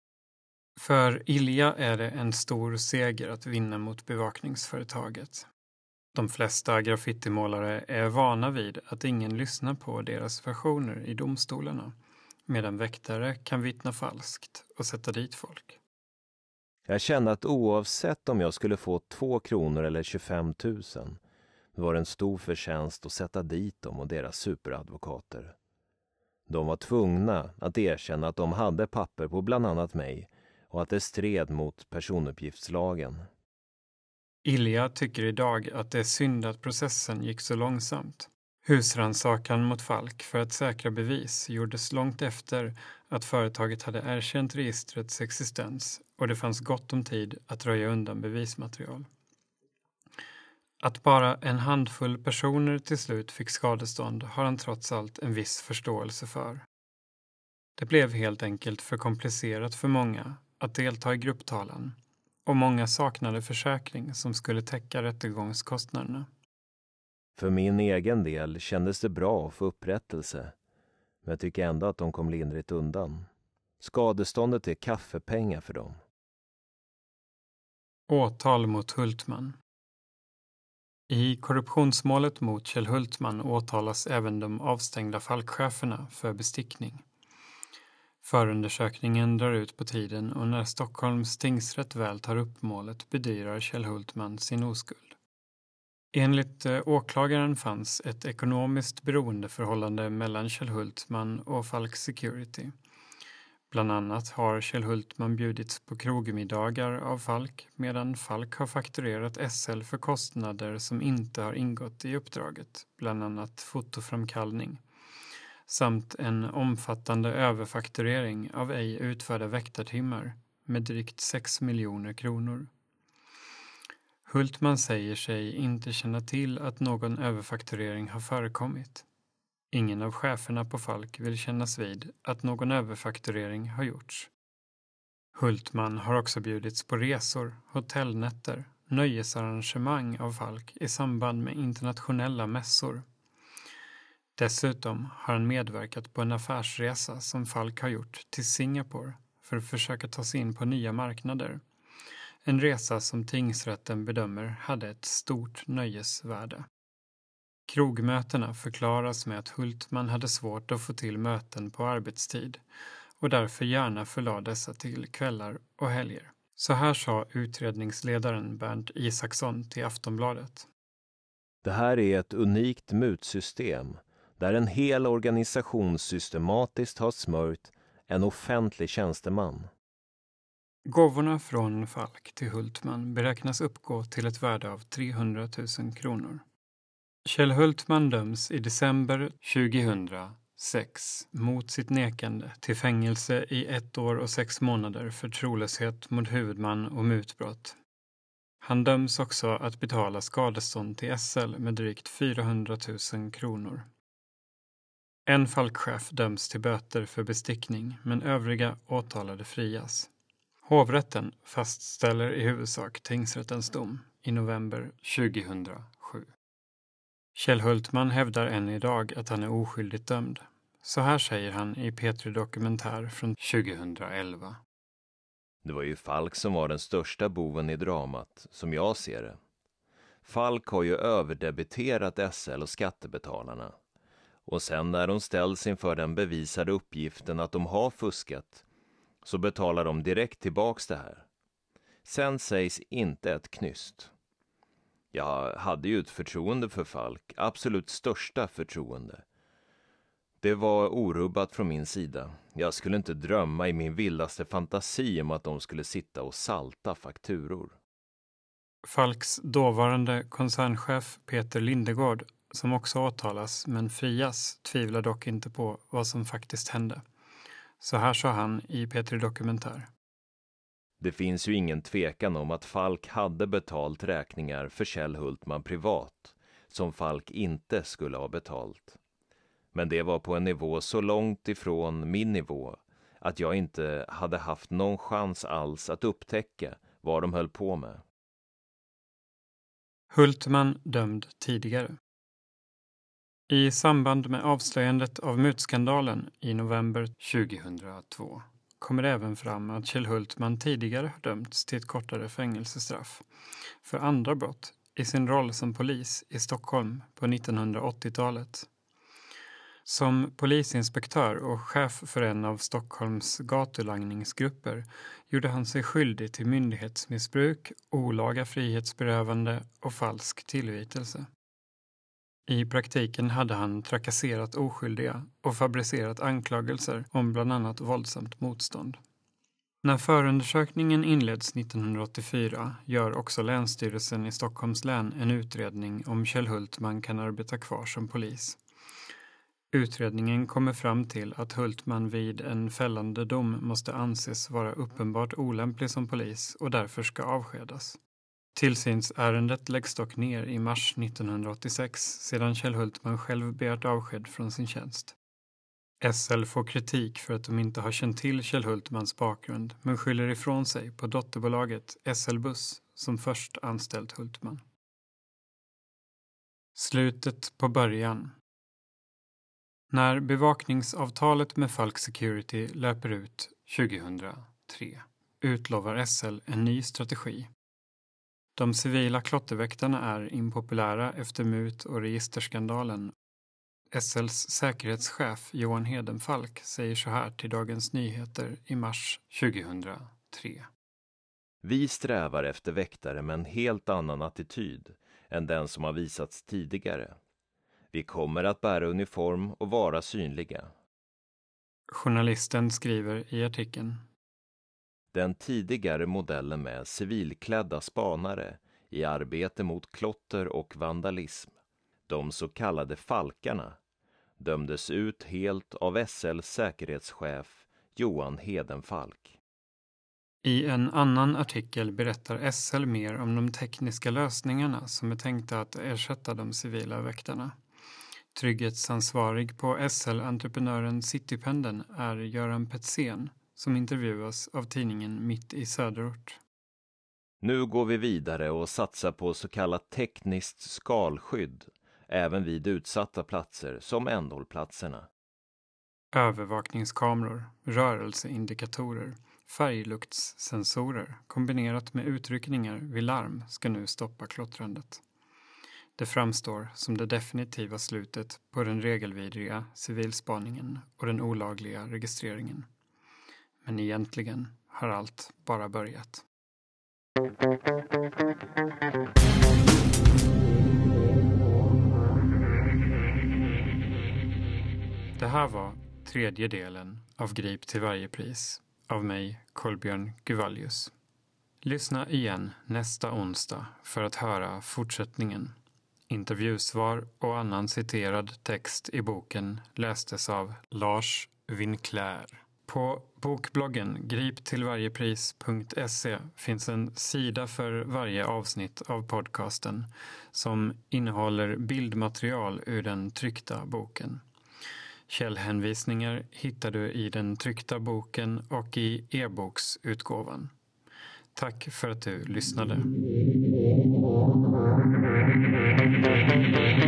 För Ilja är det en stor seger att vinna mot bevakningsföretaget. De flesta graffitimålare är vana vid att ingen lyssnar på deras versioner i domstolarna, medan väktare kan vittna falskt och sätta dit folk. Jag kände att oavsett om jag skulle få 2 kronor eller 25 000 var det en stor förtjänst att sätta dit dem och deras superadvokater. De var tvungna att erkänna att de hade papper på bland annat mig och att det stred mot personuppgiftslagen. Ilja tycker idag att det är synd att processen gick så långsamt. Husrannsakan mot Falk för att säkra bevis gjordes långt efter att företaget hade erkänt registrets existens och det fanns gott om tid att röja undan bevismaterial. Att bara en handfull personer till slut fick skadestånd har han trots allt en viss förståelse för. Det blev helt enkelt för komplicerat för många att delta i grupptalan och många saknade försäkring som skulle täcka rättegångskostnaderna. För min egen del kändes det bra att få upprättelse, men jag tycker ändå att de kom lindrigt undan. Skadeståndet är kaffepengar för dem. Åtal mot Hultman. I korruptionsmålet mot Kjell Hultman åtalas även de avstängda Falkcheferna för bestickning. Förundersökningen drar ut på tiden och när Stockholms tingsrätt väl tar upp målet bedyrar Kjell Hultman sin oskuld. Enligt åklagaren fanns ett ekonomiskt beroendeförhållande mellan Kjell Hultman och Falk Security. Bland annat har Kjell Hultman bjudits på krogmiddagar av Falk medan Falk har fakturerat SL för kostnader som inte har ingått i uppdraget, bland annat fotoframkallning, samt en omfattande överfakturering av ej utförda väktartimmar med drygt 6 miljoner kronor. Hultman säger sig inte känna till att någon överfakturering har förekommit. Ingen av cheferna på Falk vill kännas vid att någon överfakturering har gjorts. Hultman har också bjudits på resor, hotellnätter, nöjesarrangemang av Falk i samband med internationella mässor. Dessutom har han medverkat på en affärsresa som Falk har gjort till Singapore för att försöka ta sig in på nya marknader. En resa som tingsrätten bedömer hade ett stort nöjesvärde. Krogmötena förklaras med att Hultman hade svårt att få till möten på arbetstid och därför gärna förlade dessa till kvällar och helger. Så här sa utredningsledaren Bernt Isaksson till Aftonbladet. Det här är ett unikt mutsystem där en hel organisation systematiskt har smörjt en offentlig tjänsteman. Gåvorna från Falk till Hultman beräknas uppgå till ett värde av 300 000 kronor. Kjell Hultman döms i december 2006 mot sitt nekande till fängelse i 1 år och 6 månader för trolöshet mot huvudman och mutbrott. Han döms också att betala skadestånd till SL med drygt 400 000 kronor. En Falkchef döms till böter för bestickning men övriga åtalade frias. Hovrätten fastställer i huvudsak tingsrättens dom i november 2007. Kjell Hultman hävdar än idag att han är oskyldigt dömd. Så här säger han i P3 Dokumentär från 2011. Det var ju Falk som var den största boven i dramat, som jag ser det. Falk har ju överdebiterat SL och skattebetalarna. Och sen när de ställs inför den bevisade uppgiften att de har fuskat så betalar de direkt tillbaks det här. Sen sägs inte ett knyst. Jag hade ju ett förtroende för Falk, absolut största förtroende. Det var orubbat från min sida. Jag skulle inte drömma i min vildaste fantasi om att de skulle sitta och salta fakturor. Falks dåvarande koncernchef Peter Lindegård, som också åtalas men frias, tvivlar dock inte på vad som faktiskt hände. Så här sa han i P3 Dokumentär. Det finns ju ingen tvekan om att Falk hade betalt räkningar för Kjell Hultman privat, som Falk inte skulle ha betalt. Men det var på en nivå så långt ifrån min nivå att jag inte hade haft någon chans alls att upptäcka vad de höll på med. Hultman dömd tidigare. I samband med avslöjandet av mutskandalen i november 2002 kommer det även fram att Kjell Hultman tidigare har dömts till ett kortare fängelsestraff för andra brott i sin roll som polis i Stockholm på 1980-talet. Som polisinspektör och chef för en av Stockholms gatulangningsgrupper gjorde han sig skyldig till myndighetsmissbruk, olaga frihetsberövande och falsk tillvitelse. I praktiken hade han trakasserat oskyldiga och fabricerat anklagelser om bland annat våldsamt motstånd. När förundersökningen inleds 1984 gör också Länsstyrelsen i Stockholms län en utredning om Kjell Hultman kan arbeta kvar som polis. Utredningen kommer fram till att Hultman vid en fällande dom måste anses vara uppenbart olämplig som polis och därför ska avskedas. Tillsynsärendet läggs dock ner i mars 1986 sedan Kjell Hultman själv begärt avsked från sin tjänst. SL får kritik för att de inte har känt till Kjell Hultmans bakgrund men skyller ifrån sig på dotterbolaget SL Buss som först anställt Hultman. Slutet på början. När bevakningsavtalet med Falk Security löper ut 2003 utlovar SL en ny strategi. De civila klotterväktarna är impopulära efter mut- och registerskandalen. SLs säkerhetschef Johan Hedenfalk säger så här till Dagens Nyheter i mars 2003. Vi strävar efter väktare med en helt annan attityd än den som har visats tidigare. Vi kommer att bära uniform och vara synliga. Journalisten skriver i artikeln. Den tidigare modellen med civilklädda spanare i arbete mot klotter och vandalism, de så kallade falkarna, dömdes ut helt av SLs säkerhetschef Johan Hedenfalk. I en annan artikel berättar SL mer om de tekniska lösningarna som är tänkta att ersätta de civila väktarna. Trygghetsansvarig på SL-entreprenören Citypendeln är Göran Petzén som intervjuas av tidningen Mitt i Söderort. Nu går vi vidare och satsar på så kallat tekniskt skalskydd, även vid utsatta platser som ändhållplatserna. Övervakningskameror, rörelseindikatorer, färgluktssensorer kombinerat med utryckningar vid larm ska nu stoppa klottrandet. Det framstår som det definitiva slutet på den regelvidriga civilspaningen och den olagliga registreringen. Men egentligen har allt bara börjat. Det här var tredje delen av Grip till varje pris av mig, Kolbjörn Guvallius. Lyssna igen nästa onsdag för att höra fortsättningen. Intervjusvar och annan citerad text i boken lästes av Lars Winclair. På bokbloggen griptillvarjepris.se finns en sida för varje avsnitt av podcasten som innehåller bildmaterial ur den tryckta boken. Källhänvisningar hittar du i den tryckta boken och i e-boksutgåvan. Tack för att du lyssnade.